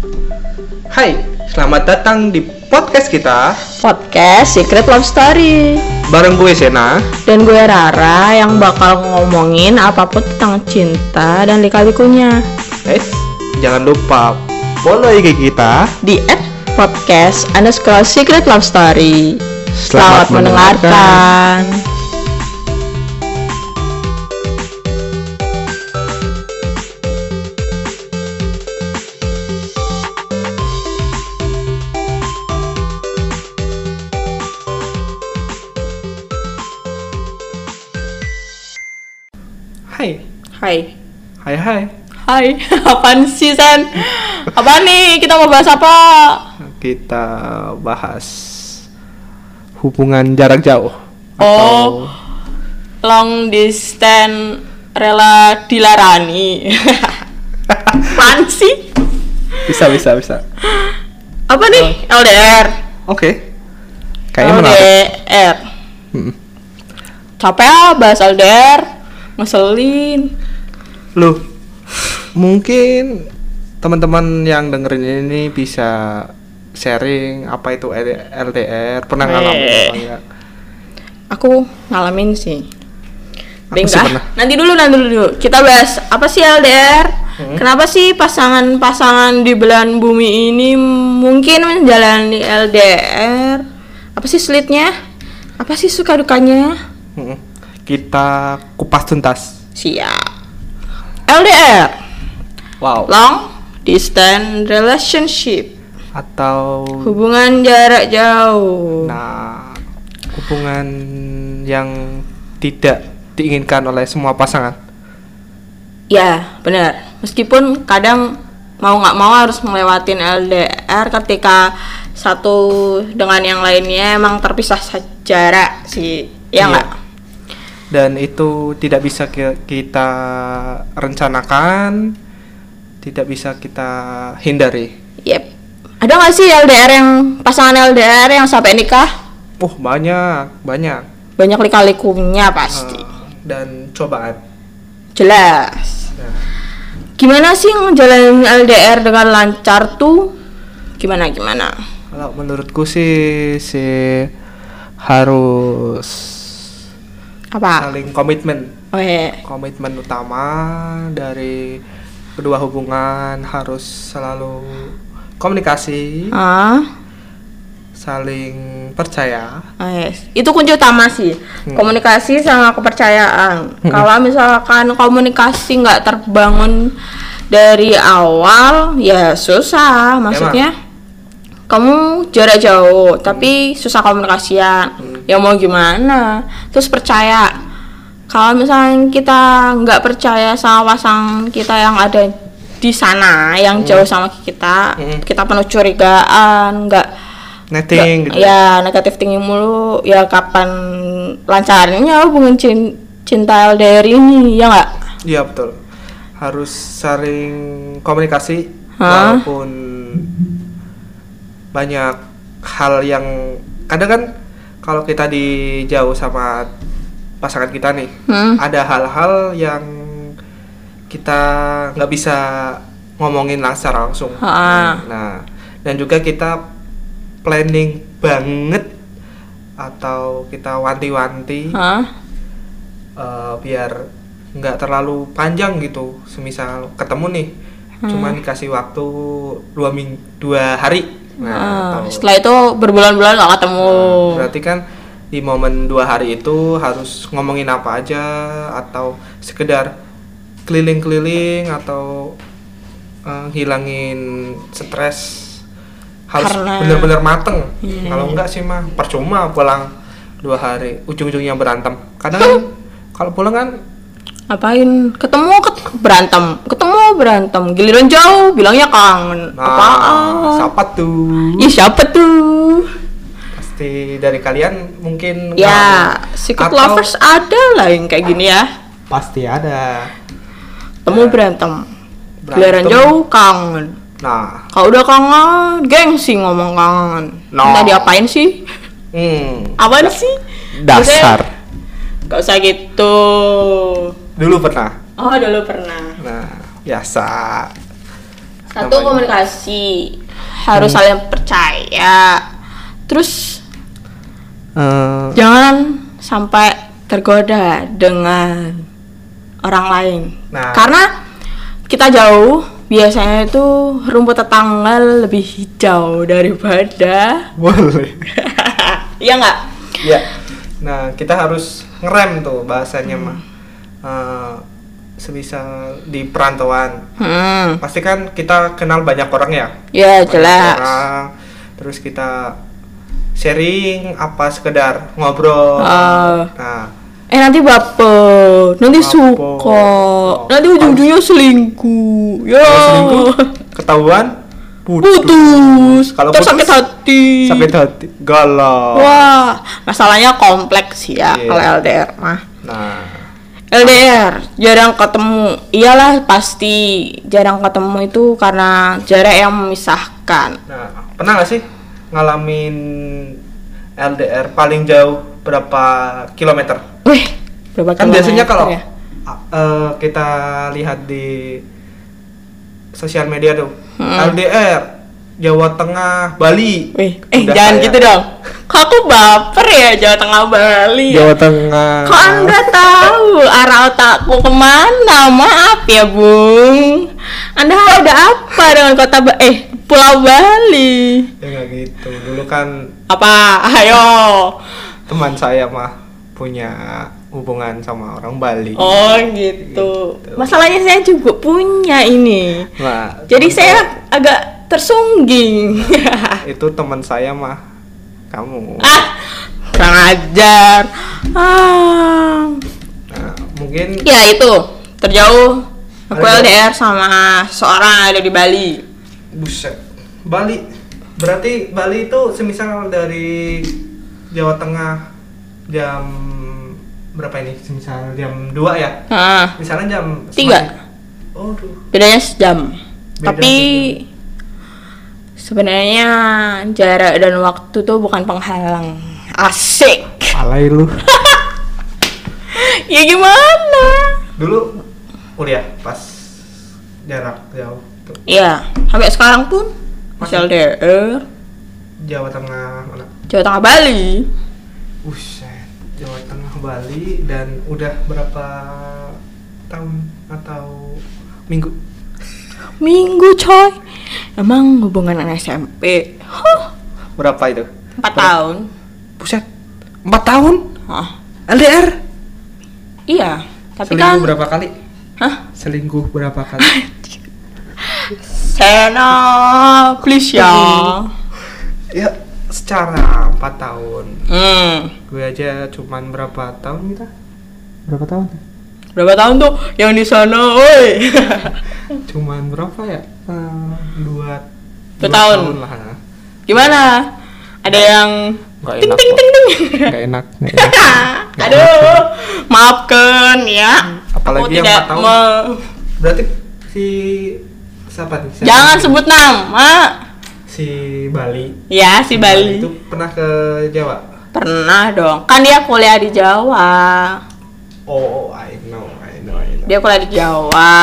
Hai, selamat datang di podcast kita Podcast Secret Love Story. bareng gue Sena. Dan gue Rara yang bakal ngomongin apapun tentang cinta dan lika-likunya Jangan lupa follow IG kita. di @podcast_secret love story. Selamat mendengarkan. Hai, Hai. hai. Hai. Apaan sih, Sen? Apaan nih? Kita mau bahas apa? Kita bahas hubungan jarak jauh. Oh, long distance rela dilarani. Apaan sih? Bisa. Apa nih? LDR. Oke. Kayaknya menarik. LDR. Capek bahas LDR. Ngeselin. Loh, mungkin teman-teman yang dengerin ini bisa sharing apa itu LDR, pernah ngalamin apa enggak? Aku ngalamin sih. Aku sih pernah. Nanti dulu. Kita bahas apa sih LDR? Kenapa sih pasangan-pasangan di belahan bumi ini mungkin menjalani LDR? Apa sih sulitnya? Apa sih suka dukanya? Kita kupas tuntas. Siap. LDR. Wow. Long distance relationship. Atau Hubungan jarak jauh. nah, hubungan yang tidak diinginkan oleh semua pasangan. Ya, benar. Meskipun kadang mau nggak mau harus melewatin LDR ketika satu dengan yang lainnya emang terpisah jarak sih. Ya Iya. nggak? Dan itu tidak bisa kita rencanakan, tidak bisa kita hindari. Yep. Ada nggak sih LDR yang pasangan LDR yang sampai nikah? Banyak. Banyak lika-likunya pasti. Dan cobaan. Jelas. Nah, Gimana sih ngejalanin LDR dengan lancar tuh? Gimana? kalau menurutku sih harus Apa? saling komitmen. Oh, iya. Komitmen utama dari kedua hubungan harus selalu komunikasi, saling percaya. Yes. Itu kunci utama sih, komunikasi sama kepercayaan. Kalau misalkan komunikasi nggak terbangun dari awal, ya susah. Maksudnya, kamu jarak jauh, tapi susah komunikasian. Ya mau gimana? Terus percaya. Kalau misalnya kita nggak percaya sama pasangan kita yang ada di sana, yang jauh sama kita, kita penuh curigaan, Netting gitu. ya negatif tinggi mulu, ya kapan lancarnya hubungan cinta LDR ini, ya nggak? Iya betul. Harus saling komunikasi walaupun banyak hal yang kadang kan kalau kita dijauh sama pasangan kita nih, ada hal-hal yang kita nggak bisa ngomongin secara langsung. Nah, dan juga kita planning banget atau kita wanti-wanti biar nggak terlalu panjang gitu. Semisal ketemu nih, cuma dikasih waktu 2 hari. Nah, Setelah itu berbulan-bulan nggak ketemu. Berarti kan di momen 2 hari itu harus ngomongin apa aja, atau sekedar keliling-keliling atau hilangin stres. Harus bener-bener mateng. Kalau enggak sih mah percuma pulang 2 hari ujung-ujungnya berantem. Kadang kalau pulang kan Apain? Ketemu berantem. Giliran jauh bilangnya kangen. Apaan? siapa tuh? Ya siapa tuh? Pasti dari kalian mungkin Ya, ngalamin. secret Atau lovers ada lah yang kayak gini ya. pasti ada. Berantem. Giliran jauh kangen. Nah, Kalau udah kangen, gengsi ngomong kangen. Minta diapain sih? Apaan sih? dasar. Gak usah gitu. Dulu pernah. Oh, dulu pernah. Nah, biasa. Satu, komunikasi harus saling percaya. Terus jangan sampai tergoda dengan orang lain. Nah, karena kita jauh, biasanya itu rumput tetangga lebih hijau daripada. boleh. Iya nggak? Ya. Nah, kita harus ngerem tuh bahasanya mah. Sebisa di perantauan. Pasti kan kita kenal banyak orang ya. Ya, banyak jelas. Orang, terus kita sharing apa sekedar ngobrol. Nah, nanti baper, nanti Baper. suka, nanti ujung-ujungnya selingkuh. Ya. kalau selingkuh ketahuan Putus. Kalau terus putus, sakit hati, galau. Wah, masalahnya kompleks ya Iya. kalau LDR mah. Nah, LDR jarang ketemu. Iyalah, pasti jarang ketemu itu karena jarak yang memisahkan. pernah gak sih ngalamin LDR paling jauh berapa kilometer? Wih, berapa Kan biasanya kalau ya? kita lihat di sosial media tuh, LDR Jawa Tengah, Bali. Wih, Udah jangan kayak gitu dong. Kok aku baper ya Jawa Tengah Bali ya? Jawa Tengah. Kok Anda tahu arah otakku kemana? Maaf ya Bung. Anda ada apa dengan Pulau Bali? Ya nggak gitu. Dulu kan Apa? Ayo. teman saya mah punya hubungan sama orang Bali. Oh gitu. Masalahnya saya juga punya ini. Nah, Jadi teman saya agak tersungging. itu teman saya mah kamu. Kurang ajar. Nah, mungkin Ya itu terjauh. Aku Ada- LDR sama seorang yang ada di Bali. buset. Bali. Berarti Bali itu semisal dari Jawa Tengah jam berapa ini? Semisal jam 2 ya? Misalnya jam 3. Oh, duh. Bedanya sejam. Beda Tapi sebenarnya jarak dan waktu tuh bukan penghalang. Asik. Alay lu. Ya gimana? Dulu kuliah pas jarak jauh tuh. Iya, sampai sekarang pun masih Masih? LDR. Jawa Tengah mana? Jawa Tengah Bali. Buset, Jawa Tengah Bali dan udah berapa tahun atau minggu? Minggu coy. Emang hubungan anak SMP. Berapa itu? 4 tahun. Buset, 4 tahun? Hah? LDR? Iya, tapi Selingkuh kan berapa kali? Hah? Selingkuh berapa kali? Sena, please ya. Ya, secara 4 tahun. Gue aja cuman berapa tahun kita? Berapa tahun? Berapa tahun tuh yang di sana, woi? Cuman berapa ya? Dua 2 tahun. lah. Gimana? Ada yang Nggak ting enak ting kok. ting ting. Nggak enak. Nggak enak. Aduh, maafkan ya. Apalagi Aku yang tidak 4 tahun. Berarti si siapa nih? Siapa Jangan nih? sebut nama. Si Bali. Ya, si Bali. Itu pernah ke Jawa? Pernah dong. Kan dia kuliah di Jawa. Oh, I know. Dia kuliah di Jawa.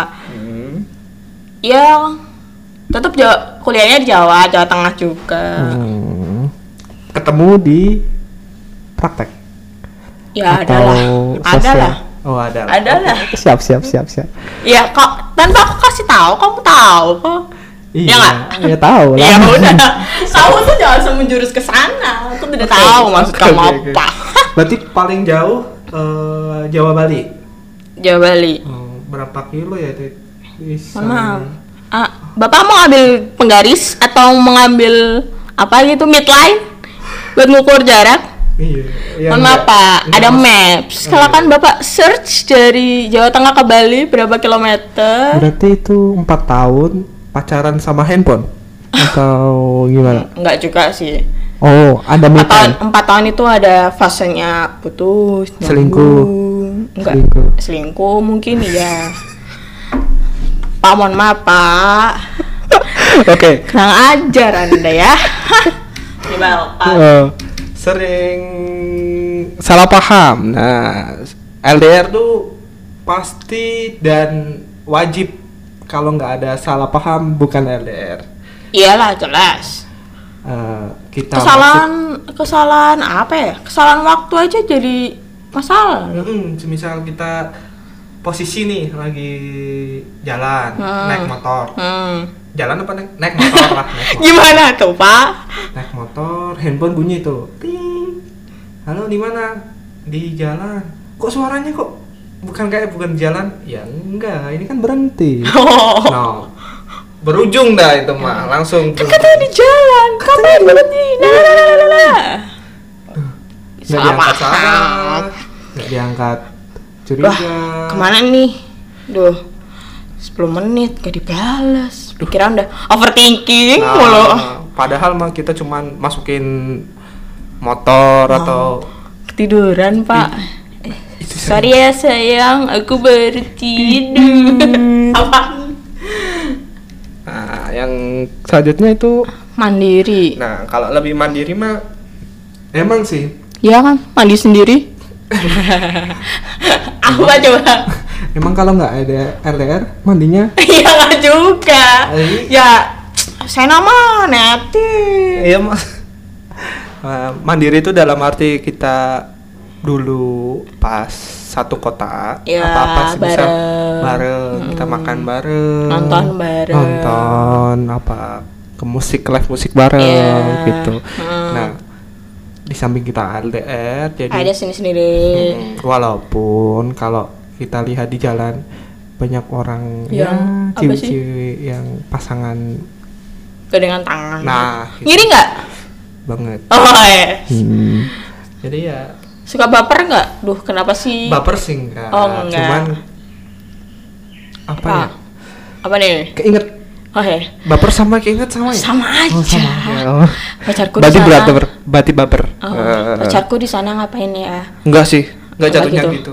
Ya, tetap kuliahnya di Jawa, Jawa Tengah juga. Ketemu di praktek? Ya, Atau ada sosial? lah. Oh, ada. Ada lah. Siap. Ya, kok tanpa aku kasih tahu, kamu tahu kok. Iya, Ya nggak? ya tahu lah. Ya udah. Kamu tuh jangan langsung menjurus ke sana. Aku tidak tahu maksud kamu apa. Berarti paling jauh Jawa Bali. Jawa Bali. Berapa kilo ya itu? Mohon maaf. Bapak mau ambil penggaris atau mengambil apa gitu midline buat ngukur jarak? Iya. Mohon maaf Pak, ada maps. Kalau kan Bapak search dari Jawa Tengah ke Bali berapa kilometer? Berarti itu 4 tahun pacaran sama handphone atau gimana? Enggak juga sih. Oh, ada 4 tahun, meeting. 4 tahun itu ada fasenya putus, Selingkuh. nyambung. Enggak, Selingkuh. selingkuh mungkin ya. Pak, mohon maaf Pak. Oke. Kurang ajar Anda ya. Gimana Pak? Sering salah paham. Nah, LDR tuh pasti dan wajib kalau nggak ada salah paham bukan LDR. Iyalah jelas. Kita Kesalahan apa ya? Kesalahan waktu aja jadi masalah. Misal kita posisi nih lagi jalan naik motor. Jalan apa naik motor lah. Gimana tuh Pak? Naik motor, handphone bunyi tuh. Ting. Halo, di mana? Di jalan. Kok suaranya kok bukan jalan? Ya enggak, ini kan berhenti. No. Berujung dah itu mah, langsung katanya di jalan, kapan berhenti? Nggak diangkat salah, nggak diangkat curiga. Wah, kemana nih? 10 menit gak dibalas. Pikiran udah overthinking mulu. Padahal mah kita cuman masukin motor atau ketiduran Pak. Sorry ya sayang, aku baru tidur. Apa? Nah, yang selanjutnya itu mandiri. Nah, kalau lebih mandiri mah emang sih. Iya kan, mandi sendiri. Apa coba? Emang kalau nggak ada LDR mandinya? Iya nggak juga. Ya, saya nama neti. Iya mas. Mandiri itu dalam arti kita dulu pas satu kota, ya, apa bisa bareng, kita makan bareng, nonton apa ke live musik bareng gitu. Nah, di samping kita LDR jadi ada sendiri. Walaupun kalau kita lihat di jalan banyak orang cewek-cewek yang pasangan dengan tangan. Nah, gitu. Ngiri nggak? Banget. Oh ya. Jadi ya. Suka baper nggak? Duh, kenapa sih? Baper sih enggak. Oh, enggak. Cuman apa ya? Apa nih? Keinget. Oh ya. Baper sama keinget sama ya? Sama aja. Oh, sama ya. Oh. Pacarku di sana. Berarti baper. Oh, pacarku di sana ngapain ya? Enggak sih. Enggak jatuhnya gitu.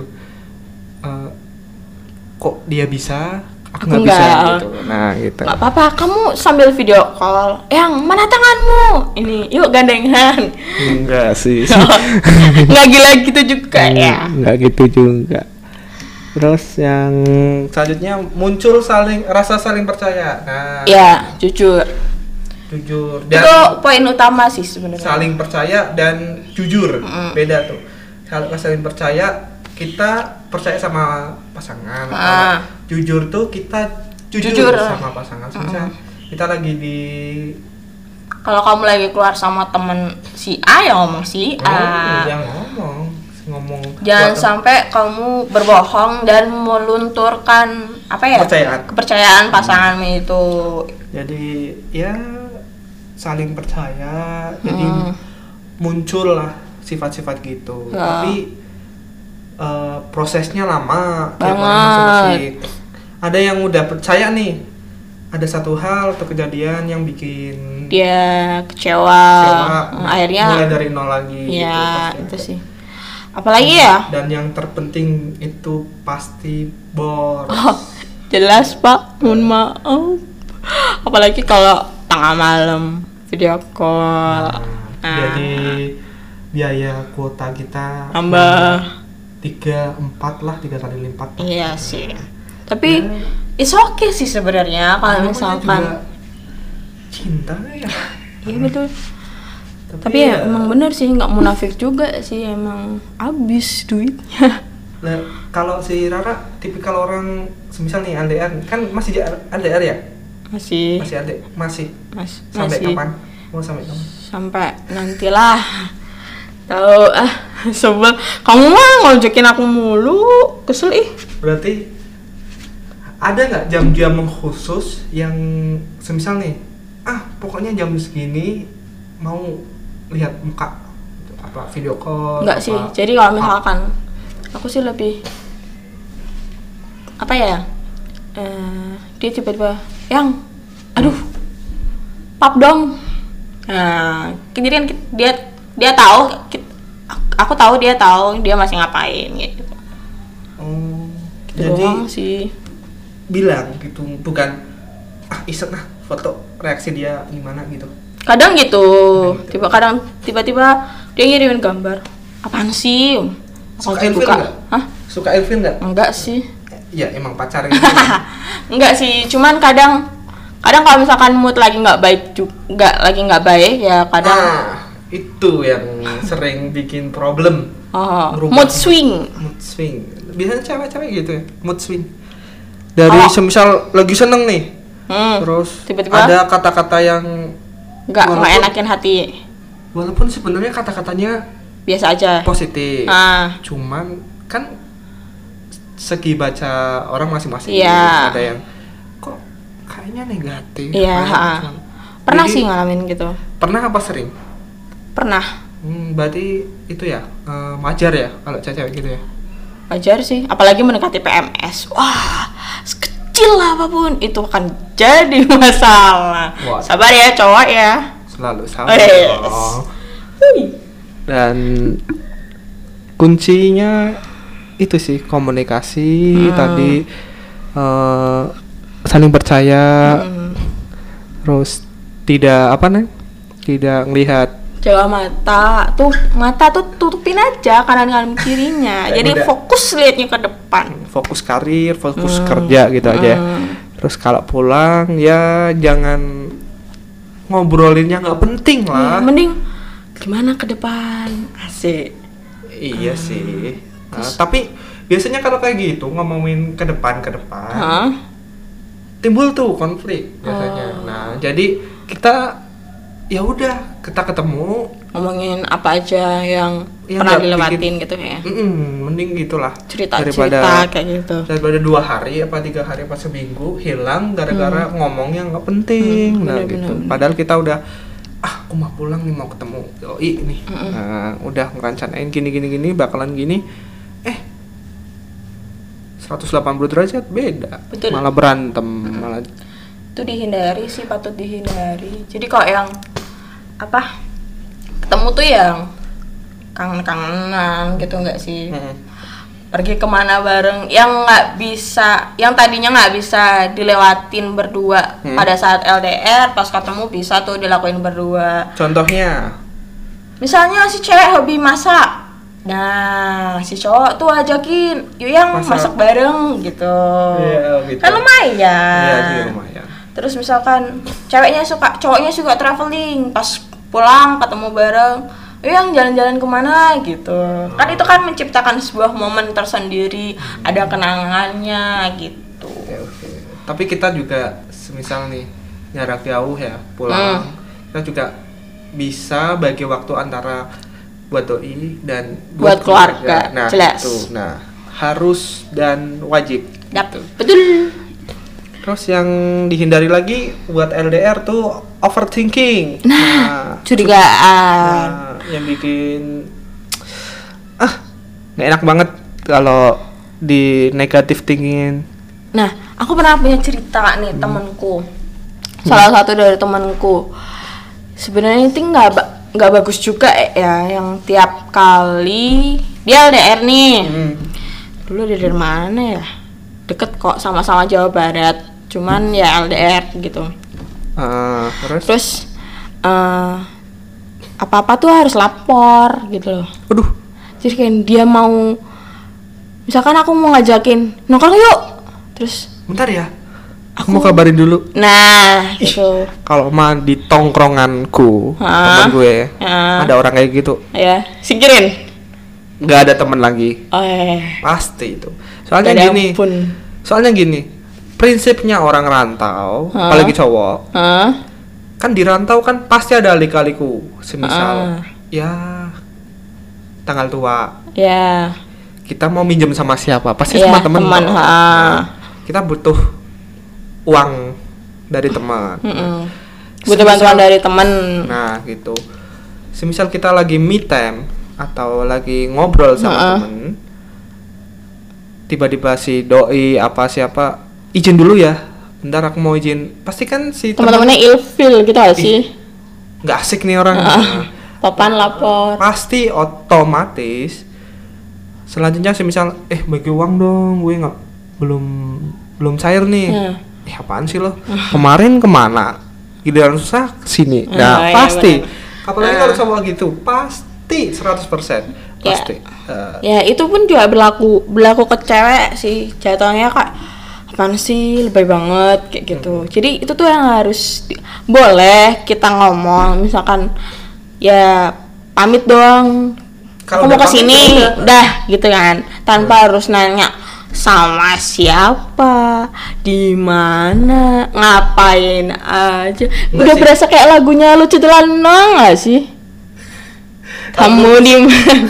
Kok dia bisa? Aku nggak bisa gitu. Nah gitu. Nggak apa-apa, kamu sambil video call. Yang mana tanganmu? Ini, yuk gandengan. Enggak sih. Nggak gila gitu juga ya. Nggak gitu juga. Terus yang selanjutnya muncul rasa saling percaya. Nah. Ya, jujur. Dan itu poin utama sih sebenarnya. Saling percaya dan jujur. Beda tuh. Kalau saling percaya kita percaya sama pasangan. Jujur tuh kita jujur sama pasangan. Misalnya kita lagi di kalau kamu lagi keluar sama temen si A ya ngomong si A. Yang ngomong. Jangan sampai kamu berbohong dan melunturkan apa ya? Kepercayaan pasanganmu itu. Jadi ya saling percaya. Jadi muncul lah sifat-sifat gitu. Tapi prosesnya lama banget. Ada yang udah percaya nih, ada satu hal atau kejadian yang bikin dia kecewa. Akhirnya mulai dari nol lagi. Ya gitu, itu sih. Apalagi ya? Dan yang terpenting itu pasti boros. Jelas Pak, mohon maaf. Apalagi kalau tengah malam video call. Jadi biaya kuota kita tambah 3 kali lipat. Iya sih. Tapi it's okay sih sebenarnya kalau misalkan cinta ya. Iya betul. Tapi ya emang bener sih, nggak munafik juga sih, emang habis duitnya. Nah, kalau si Rara tipikal orang semisal nih LDR, kan masih LDR ya? Masih sampai kapan? Mau sampai kapan? Sampai nantilah. Tahu sebel kamu mah ngojekin aku mulu, kesel ih. Berarti ada nggak jam-jam khusus yang semisal nih, pokoknya jam segini mau lihat muka, apa video call? Enggak sih. Jadi kalau misalkan aku sih lebih apa ya? Dia tiba-tiba yang pap dong. Nah, kejadian dia tahu, aku tahu dia tahu dia masih ngapain gitu. Jadi sih bilang gitu, bukan iseng foto reaksi dia gimana gitu. Kadang gitu. Tiba-tiba dia ngirimin gambar. Apaan sih? Suka ilfil nggak? Hah? Suka ilfil nggak? Enggak sih. ya emang pacar gitu ya. Enggak sih, cuman kadang kalau misalkan mood lagi nggak baik ya kadang itu yang sering bikin problem. Mood swing. Biasanya cewek-cewek gitu ya, mood swing. Dari semisal lagi seneng nih, terus tiba-tiba ada kata-kata yang nggak enakin hati. Walaupun sebenarnya kata-katanya biasa aja, positif. Cuman kan segi baca orang masing-masing. Iya. Ada yang kok kayaknya negatif. Iya. Pernah sih ngalamin gitu. Pernah apa sering? Pernah. Berarti itu ya wajar ya kalau cewek gitu ya. Wajar sih, apalagi mendekati PMS. Wah, sekecil apapun itu akan jadi masalah. Sabar ya cowok ya. Selalu sabar. Dan kuncinya itu sih komunikasi tadi, saling percaya, terus tidak melihat jaga mata tuh tutupin aja kanan kirinya. Jadi fokus liatnya ke depan. Fokus karir, fokus kerja gitu aja. Terus kalau pulang ya jangan ngobrolinnya nggak penting lah. Mending gimana ke depan, asik. Iya sih. Tapi biasanya kalau kayak gitu ngomongin ke depan, timbul tuh konflik biasanya. Nah jadi kita ya udah kita ketemu ngomongin apa aja yang pernah dilewatin gitu ya. Mending gitulah cerita kayak gitu. Daripada 2 hari apa 3 hari apa seminggu hilang gara-gara ngomong yang nggak penting. Bener. Padahal kita udah aku mau pulang nih, mau ketemu doi nih. Nah, udah ngerancanain gini bakalan gini. 180 derajat beda. Betul. Malah berantem, malah itu dihindari sih, patut dihindari. Jadi kok yang ketemu tuh yang kangen-kangenan gitu nggak sih? Pergi kemana bareng yang tadinya nggak bisa dilewatin berdua pada saat LDR, pas ketemu bisa tuh dilakuin berdua. Contohnya misalnya si cewek hobi masak, nah si cowok tuh ajakin yuk yang masak bareng gitu. Gitu. Kan lumayan. Iya sih lumayan. Terus misalkan cowoknya suka traveling, pas pulang ketemu bareng, yang jalan-jalan kemana gitu. Kan itu kan menciptakan sebuah momen tersendiri, ada kenangannya gitu. Okay. Tapi kita juga semisal nih jarak jauh ya pulang, kita juga bisa bagi waktu antara buat doi dan buat keluarga. Nah, jelas. Itu. Nah, harus dan wajib. Yap, gitu. Betul. Terus yang dihindari lagi buat LDR tuh overthinking. Nah, curigaan. Yang bikin nggak enak banget kalau di negatif thinking. Nah, aku pernah punya cerita nih temanku. Salah satu dari temanku. Sebenarnya itu nggak bagus juga ya, yang tiap kali dia LDR nih. Dulu dia dari mana ya? Deket kok, sama-sama Jawa Barat. Cuman ya LDR gitu. Terus apa-apa tuh harus lapor gitu loh. Aduh. Jadi kayak dia mau, misalkan aku mau ngajakin nongkrong yuk, terus bentar ya, aku mau kabarin dulu. Nah gitu. Kalau mah di tongkronganku teman gue ada orang kayak gitu ya, singkirin. Nggak ada teman lagi. Pasti itu. Soalnya gini, prinsipnya orang rantau, apalagi cowok, kan di rantau kan pasti ada lika-liku. Semisal ya tanggal tua, ya kita mau minjem sama siapa, pasti sama teman. Kita butuh uang dari teman. Butuh bantuan dari teman. Nah gitu. Semisal kita lagi me time atau lagi ngobrol sama temen, tiba-tiba si doi siapa izin dulu ya, bentar aku mau izin. Pasti kan si teman-temannya ilfil gitu gak sih? Nggak asik nih orang. Papan lapor. Pasti otomatis selanjutnya semisal bagi uang dong, gue nggak belum cair nih. Apaan sih lo? Kemarin kemana? Giliran susah kesini. Nah pasti. Apalagi kalau sama gitu pasti 100% pasti. Ya itu pun juga berlaku ke cewek sih, jatuhnya kak apaan sih lebay banget kayak gitu. Jadi itu tuh yang harus boleh kita ngomong, misalkan ya pamit doang, aku mau kesini udah gitu kan, tanpa harus nanya sama siapa, di mana, ngapain aja. Udah berasa kayak lagunya Lucu Celana nggak sih? Kamu di mana?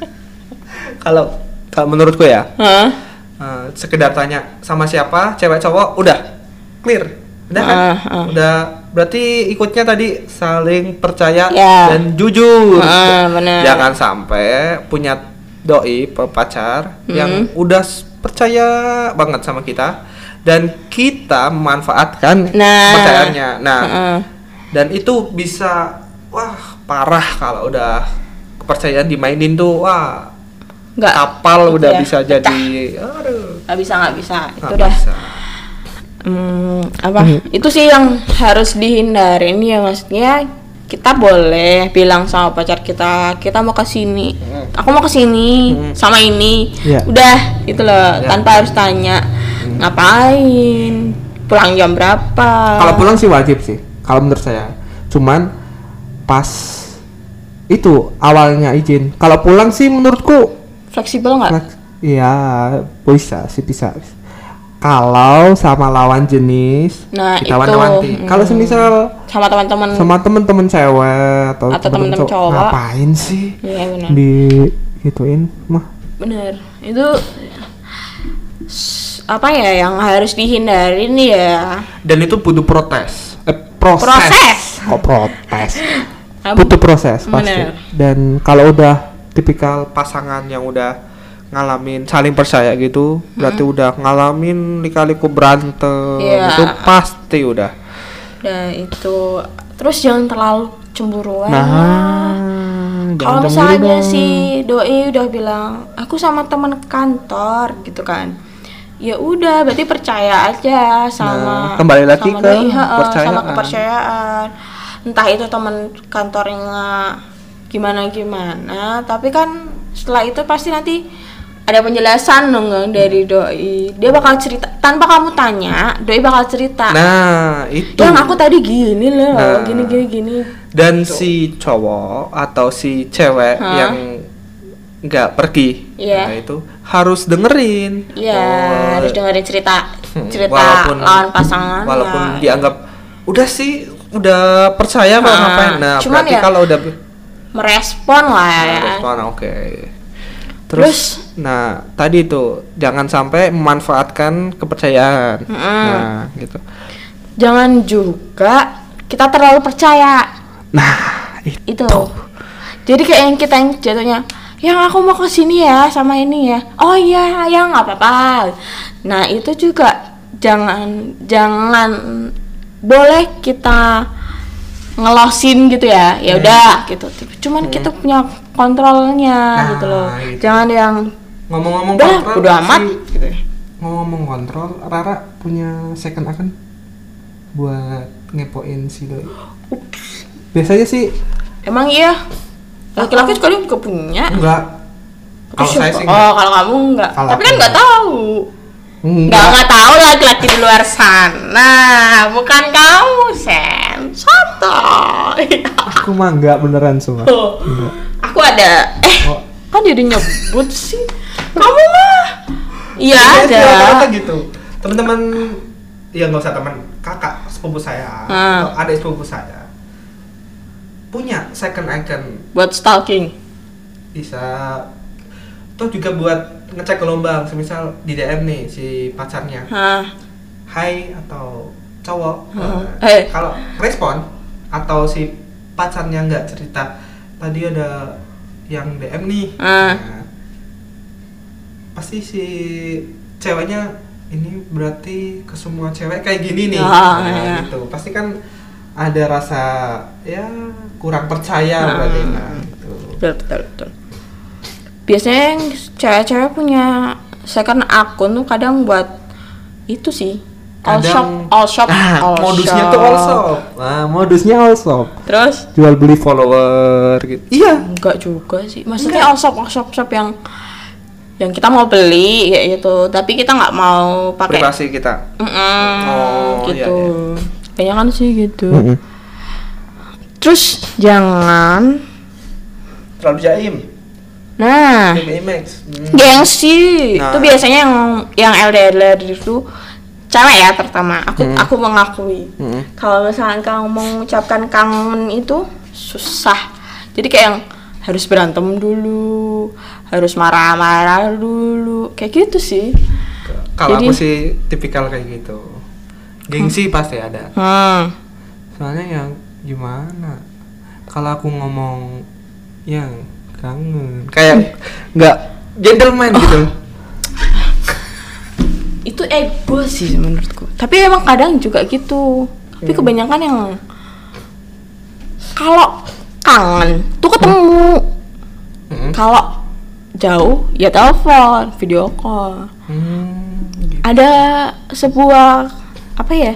Kalau menurutku ya, sekedar tanya sama siapa, cewek cowok, udah clear, udah kan? Udah berarti ikutnya tadi saling percaya dan jujur. Bener. Jangan sampai punya doi pacar yang udah percaya banget sama kita dan kita memanfaatkan kepercayaannya. Dan itu bisa parah kalau udah kepercayaan dimainin tuh, nggak kapal udah bisa jadi nggak bisa itu udah itu sih yang harus dihindarin ya. Maksudnya kita boleh bilang sama pacar kita mau kesini, aku mau kesini sama ini, udah gitu loh, tanpa harus tanya ngapain, pulang jam berapa. Kalau pulang sih wajib sih kalau menurut saya, cuman pas itu awalnya izin. Kalau pulang sih menurutku fleksibel nggak? Iya, bisa. Kalau sama lawan jenis, kita wanti-wanti. Kalau semisal sama teman-teman cewek atau teman-teman cowok, ngapain sih? Iya benar. Gituin mah. Bener. Itu apa ya yang harus dihindarin ya? Dan itu butuh proses. Kok protes? Butuh proses pasti. Dan kalau udah tipikal pasangan yang udah ngalamin saling percaya gitu, berarti udah ngalamin lika-liku berantem, itu pasti udah. Nah itu, terus jangan terlalu cemburuan. Kalau misalnya si doi udah bilang aku sama teman kantor gitu kan, ya udah berarti percaya aja sama kembali lagi sama ke sama kepercayaan. Entah itu teman kantornya gimana, tapi kan setelah itu pasti nanti ada penjelasan dong dari doi. Dia bakal cerita tanpa kamu tanya, doi bakal cerita. Nah, itu. Yang aku tadi gini loh, gini. Dan si cowok atau si cewek yang nggak pergi, nah itu harus dengerin. Harus dengerin cerita lawan pasangan. Walaupun dianggap udah percaya kok ngapain. Nah, cuman berarti kalau udah merespon lah ya. Oke. Terus, tadi itu jangan sampai memanfaatkan kepercayaan. Nah, gitu. Jangan juga kita terlalu percaya. Nah, itu. Jadi kayak yang kita yang jatuhnya, yang aku mau ke sini ya sama ini ya. Oh iya, ya nggak apa-apa. Nah, itu juga jangan boleh kita ngelosin gitu ya udah gitu, cuman kita punya kontrolnya gitu loh. Jangan yang ngomong-ngomong kontrol udah amat gitu. Ngomong kontrol, Rara punya second account buat ngepoin si doi. Biasanya sih emang iya laki-laki sekali juga punya. Enggak, kalau saya sih kalau kamu enggak, tapi kan nggak tahu. Nggak tahu laki-laki di luar sana, bukan kamu Sen, santai. Aku mah enggak beneran semua. Aku ada kan jadi nyebut sih. Kamu mah iya ada gitu. Teman-teman ya nggak usah teman, kakak sepupu saya atau adik sepupu saya punya second account buat stalking. Bisa tuh juga buat ngecek gelombang, semisal di DM nih si pacarnya, hai atau cowok, kalau respon atau si pacarnya nggak cerita tadi ada yang DM nih, pasti si ceweknya ini berarti ke semua cewek kayak gini nih, gitu. Pasti kan ada rasa kurang percaya berarti gitu. Betul. Biasanya yang cewek-cewek punya second akun tuh kadang buat itu sih, Modusnya tuh all shop. Modusnya all shop. Terus jual beli follower gitu. Iya. Enggak juga sih. Maksudnya all shop yang kita mau beli kayak gitu, tapi kita nggak mau pakai privasi kita. Gitu. Kayaknya kan sih gitu. Terus jangan terlalu jaim. Nah, gengsi itu biasanya yang LDR itu cewek ya terutama. Aku mengakui. Kalau misalkan kamu mengucapkan kangen itu susah. Jadi kayak yang harus berantem dulu, harus marah-marah dulu, kayak gitu sih. Kalau aku sih tipikal kayak gitu. Gengsi pasti ada. Soalnya yang gimana? Kalau aku ngomong yang kangen, kayak nggak gentleman gitu. Itu ego sih menurutku. Tapi emang kadang juga gitu. Tapi kebanyakan yang kalau kangen tuh ketemu. Kalau jauh ya telepon, video call. Gitu. Ada sebuah apa ya?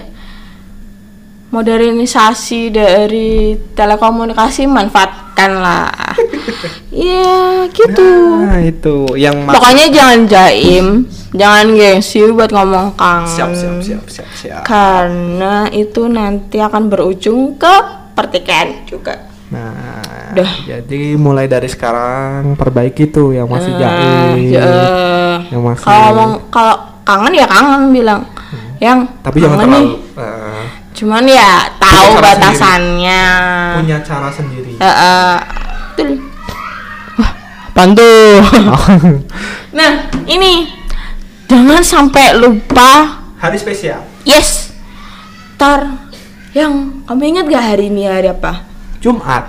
Modernisasi dari telekomunikasi, manfaatkanlah. Iya gitu. Nah itu yang pokoknya jangan jaim, jangan gengsi buat ngomong kangen. Siap. Karena itu nanti akan berujung ke pertikaian juga. Nah, jadi mulai dari sekarang perbaiki tuh yang masih jaim. Yang masih. Kalau kangen ya kangen bilang. Yang tapi jangan terlalu. Cuman ya tahu batasannya. Sendiri. Punya cara sendiri. Betul. Wah, bantu. Nah, ini jangan sampai lupa hari spesial. Yes. Yang kamu ingat gak hari ini hari apa? Jumat.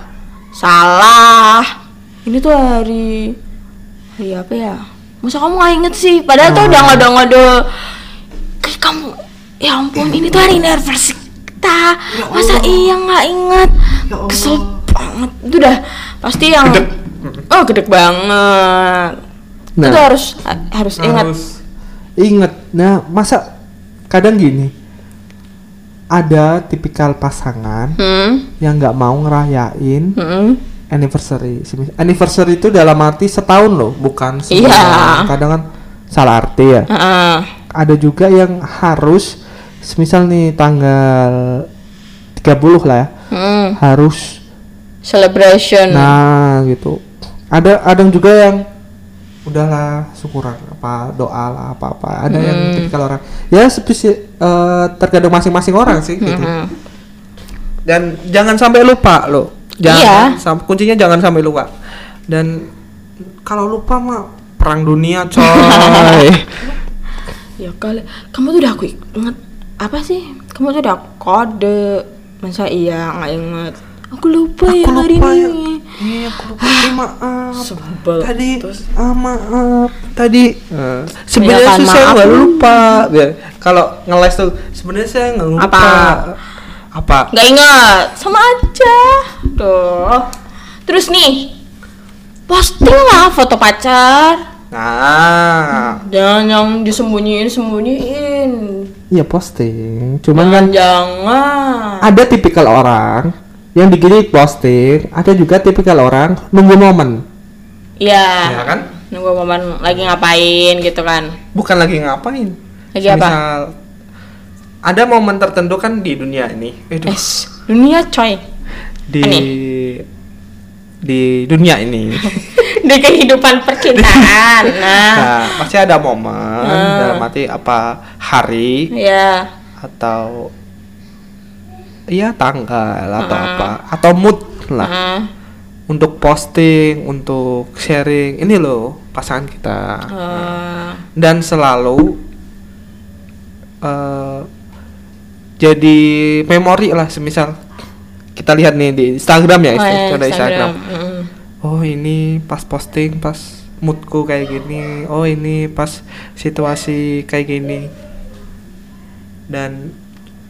Salah. Ini tuh hari apa ya? Masa kamu gak inget sih? Padahal tuh udah ngode-ngode. Kamu, ya ampun, ini tuh hari anniversary kita. Masa iya nggak ingat? Kesel banget. Itu udah pasti yang gedek banget. Nah, itu harus ingat. Nah, masa kadang gini, ada tipikal pasangan yang nggak mau ngerayain anniversary. Anniversary itu dalam arti setahun loh, bukan sebulan. Iya. Kadang kan salah arti ya. Ada juga yang harus, semisal nih tanggal 30 lah ya, harus celebration. Nah gitu. Ada juga yang udahlah syukuran apa doa lah apa. Ada yang tipikal orang ya terkadang masing-masing orang sih gitu. Dan jangan sampai lupa loh. Kuncinya jangan sampai lupa. Dan kalau lupa mah perang dunia coy. Ya kali kamu tuh udah aku inget apa sih? Kamu tuh udah kode. Masa iya nggak inget? Aku lupa ya hari ini. Iya, aku lupa. Maaf. Tadi maaf. Tadi sebenarnya saya nggak lupa. Kalau ngeles tuh sebenarnya saya nggak lupa. Apa? Nggak ingat. Sama aja. Tuh. Terus nih, posting lah foto pacar. Nah, jangan yang disembunyiin. Iya posting, cuman kan jangan. Ada tipikal orang yang begini posting, ada juga tipikal orang nunggu momen. Iya. Ya kan? Nunggu momen lagi ngapain gitu kan? Bukan lagi ngapain. Lagi apa? Misal ada momen tertentu kan di dunia ini. Dunia coy. Di dunia ini. Di kehidupan percintaan. Nah, pasti ada momen dalam arti apa hari atau tanggal atau apa atau mood lah untuk posting, untuk sharing ini loh pasangan kita. Dan selalu jadi memori lah, semisal kita lihat nih di Instagram ya, Instagram. Oh ini pas posting pas moodku kayak gini, oh ini pas situasi kayak gini, dan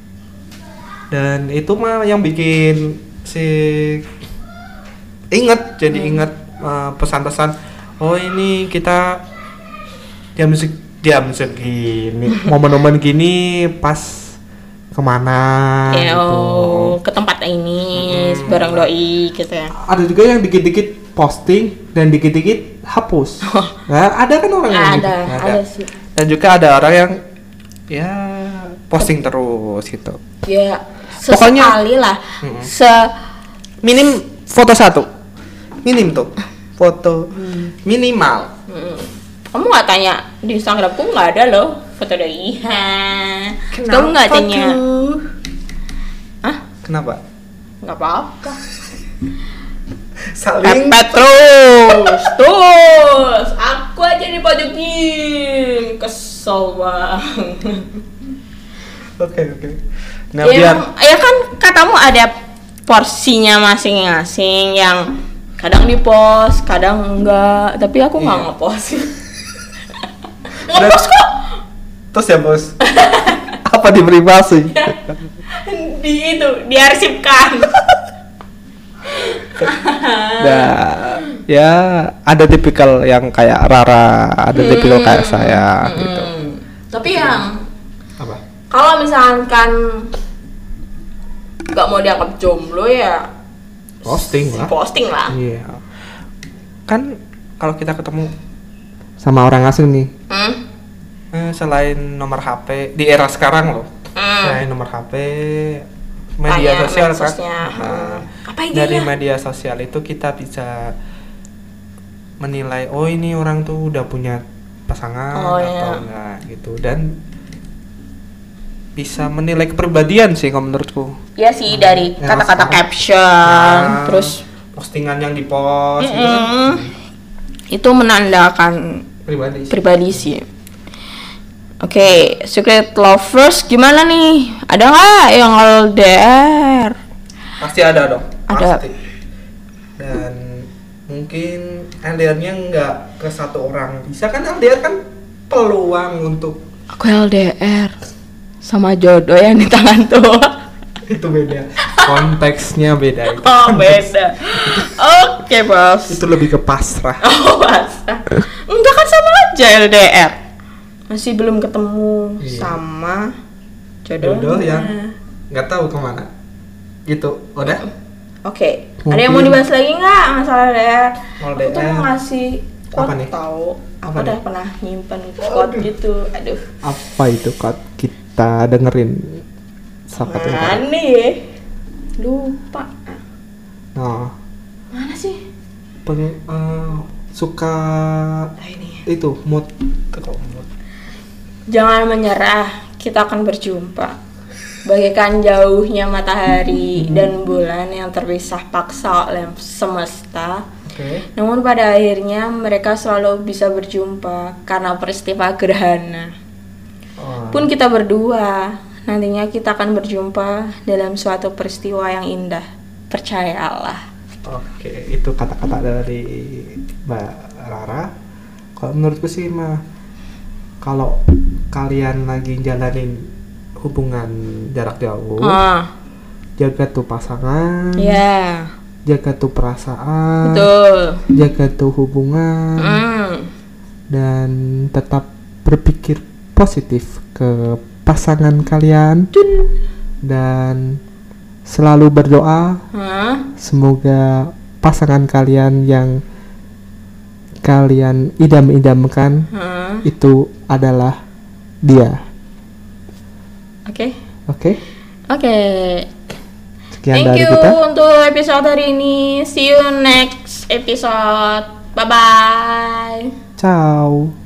itu mah yang bikin si jadi inget pesan-pesan. Oh ini kita jam segini momen-momen gini pas kemana Ya, gitu. ke tempat ini bareng doi gitu ya. Ada juga yang dikit-dikit posting dan dikit-dikit hapus. Nah, ada kan orang yang gitu. Ada sih. Dan juga ada orang yang ya posting terus gitu. Ya, Pokoknya- sesekali lah. Minim foto satu. Minim tuh. Foto minimal. Kamu nggak tanya di Instagramku nggak ada loh foto doi. Kamu nggak Kenapa tanya? tuh? Hah? Kenapa? Nggak apa-apa. Saling Pepet terus. Aku aja dipojokin. Kesel banget. Oke. Nah, Ya, biar ya kan katamu ada porsinya masing-masing yang kadang di-post, kadang enggak. Tapi aku nggak Iya. nge-post. Nge-post kok. terus ya, Bos. Apa di privasi? Diarsipkan. Nah, ya ada tipikal yang kayak Rara, ada tipikal kayak saya gitu. Tapi yang Apa? kalau misalkan nggak mau dianggap jomblo ya Posting lah. posting lah. Iya. Kan kalau kita ketemu Sama orang asing nih. selain nomor HP di era sekarang loh. Selain nomor HP, media Tanya sosial kan. medsosnya. Nah, Apa dari idenya? media sosial itu kita bisa menilai oh ini orang tuh udah punya pasangan Oh, atau iya. enggak gitu, dan bisa menilai kepribadian sih kalau menurutku. Ya sih dari Ya, kata-kata sekarang. caption, Ya, terus postingan yang dipost gitu kan. itu menandakan Pribadi sih. pribadi sih. Oke, secret lovers gimana nih? Ada nggak yang LDR? Pasti ada dong. Ada. Pasti. Dan mungkin LDR-nya nggak ke satu orang. Bisa kan LDR kan peluang untuk Aku LDR sama jodoh yang di tangan tuh. itu beda. Konteksnya beda itu. Oh beda. Oke bos. Itu lebih ke pasrah. Oh masa? Enggak kan sama aja LDR. Masih belum ketemu Iya. sama jodohnya. Jodoh yang nggak tahu kemana. Gitu. Udah? Oke. Ada yang mau Mungkin- dibahas lagi nggak masalah LDR? Aku tuh LDR. mau ngasih Apa quote nih? tahu. Aku Apa udah nih? pernah nyimpen quote gitu. Aduh. Apa itu Kak? Kita dengerin siapa tuh? Kak? Mana ya? Lupa. Nah, Mana sih? suka Ah, ini. itu mood. Jangan menyerah, kita akan berjumpa. Bagaikan jauhnya matahari dan bulan yang terpisah paksa oleh semesta. Oke. Namun pada akhirnya mereka selalu bisa berjumpa karena peristiwa gerhana. Oh. Pun kita berdua, nantinya kita akan berjumpa dalam suatu peristiwa yang indah. Percayalah. Oke. Itu kata-kata dari Mbak Rara. Kalau menurutku sih mah, kalau kalian lagi jalanin hubungan jarak jauh, jaga tuh pasangan, Ya, jaga tuh perasaan, betul. jaga tuh hubungan, dan tetap berpikir positif ke pasangan kalian, dan selalu berdoa semoga pasangan kalian yang kalian idam-idamkan itu adalah dia. Oke. Oke, Oke. sekian Thank dari you kita. untuk episode hari ini. See you next episode. Bye bye. Ciao.